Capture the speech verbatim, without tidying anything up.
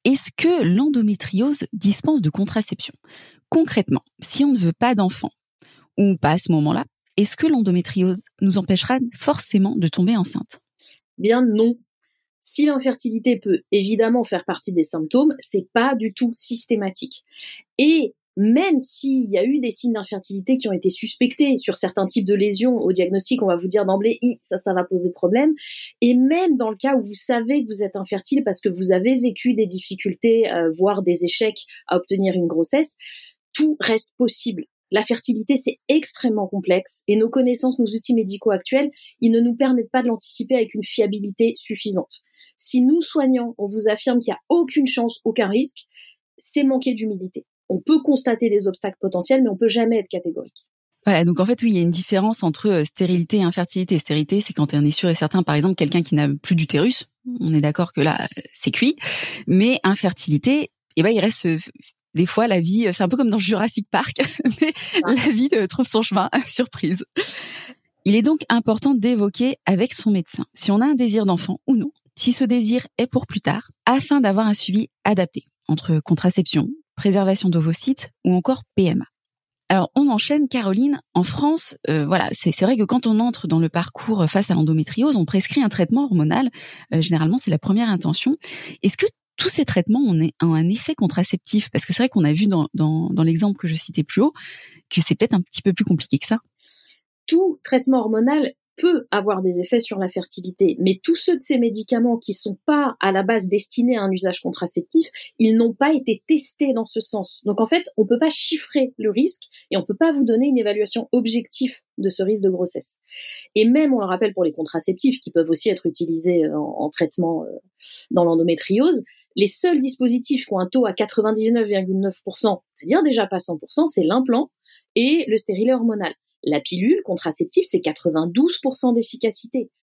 Est-ce que l'endométriose dispense de contraception? Concrètement, si on ne veut pas d'enfant ou pas à ce moment-là, est-ce que l'endométriose nous empêchera forcément de tomber enceinte? Bien non. Si l'infertilité peut évidemment faire partie des symptômes, c'est pas du tout systématique. Et même s'il y a eu des signes d'infertilité qui ont été suspectés sur certains types de lésions, au diagnostic, on va vous dire d'emblée, ça, ça va poser problème. Et même dans le cas où vous savez que vous êtes infertile parce que vous avez vécu des difficultés, euh, voire des échecs à obtenir une grossesse, tout reste possible. La fertilité, c'est extrêmement complexe et nos connaissances, nos outils médicaux actuels, ils ne nous permettent pas de l'anticiper avec une fiabilité suffisante. Si nous, soignants, on vous affirme qu'il n'y a aucune chance, aucun risque, c'est manquer d'humilité. On peut constater des obstacles potentiels, mais on peut jamais être catégorique. Voilà, donc en fait, oui, il y a une différence entre stérilité et infertilité. Stérilité, c'est quand on est sûr et certain, par exemple, quelqu'un qui n'a plus d'utérus, on est d'accord que là, c'est cuit. Mais infertilité, eh ben, il reste des fois la vie, c'est un peu comme dans Jurassic Park, mais ah. la vie trouve son chemin, surprise. Il est donc important d'évoquer avec son médecin si on a un désir d'enfant ou non, si ce désir est pour plus tard, afin d'avoir un suivi adapté entre contraception, préservation d'ovocytes ou encore P M A. Alors, on enchaîne, Caroline. En France, euh, voilà, c'est, c'est vrai que quand on entre dans le parcours face à l'endométriose, on prescrit un traitement hormonal. Euh, généralement, c'est la première intention. Est-ce que tous ces traitements ont un effet contraceptif? Parce que c'est vrai qu'on a vu dans, dans, dans l'exemple que je citais plus haut que c'est peut-être un petit peu plus compliqué que ça. Tout traitement hormonal peut avoir des effets sur la fertilité, mais tous ceux de ces médicaments qui sont pas à la base destinés à un usage contraceptif, ils n'ont pas été testés dans ce sens. Donc en fait, on peut pas chiffrer le risque et on peut pas vous donner une évaluation objective de ce risque de grossesse. Et même, on le rappelle pour les contraceptifs qui peuvent aussi être utilisés en, en traitement euh, dans l'endométriose, les seuls dispositifs qui ont un taux à quatre-vingt-dix-neuf virgule neuf pour cent, c'est-à-dire déjà pas cent pour cent, c'est l'implant et le stérilet hormonal. La pilule contraceptive, c'est quatre-vingt-douze pour cent d'efficacité.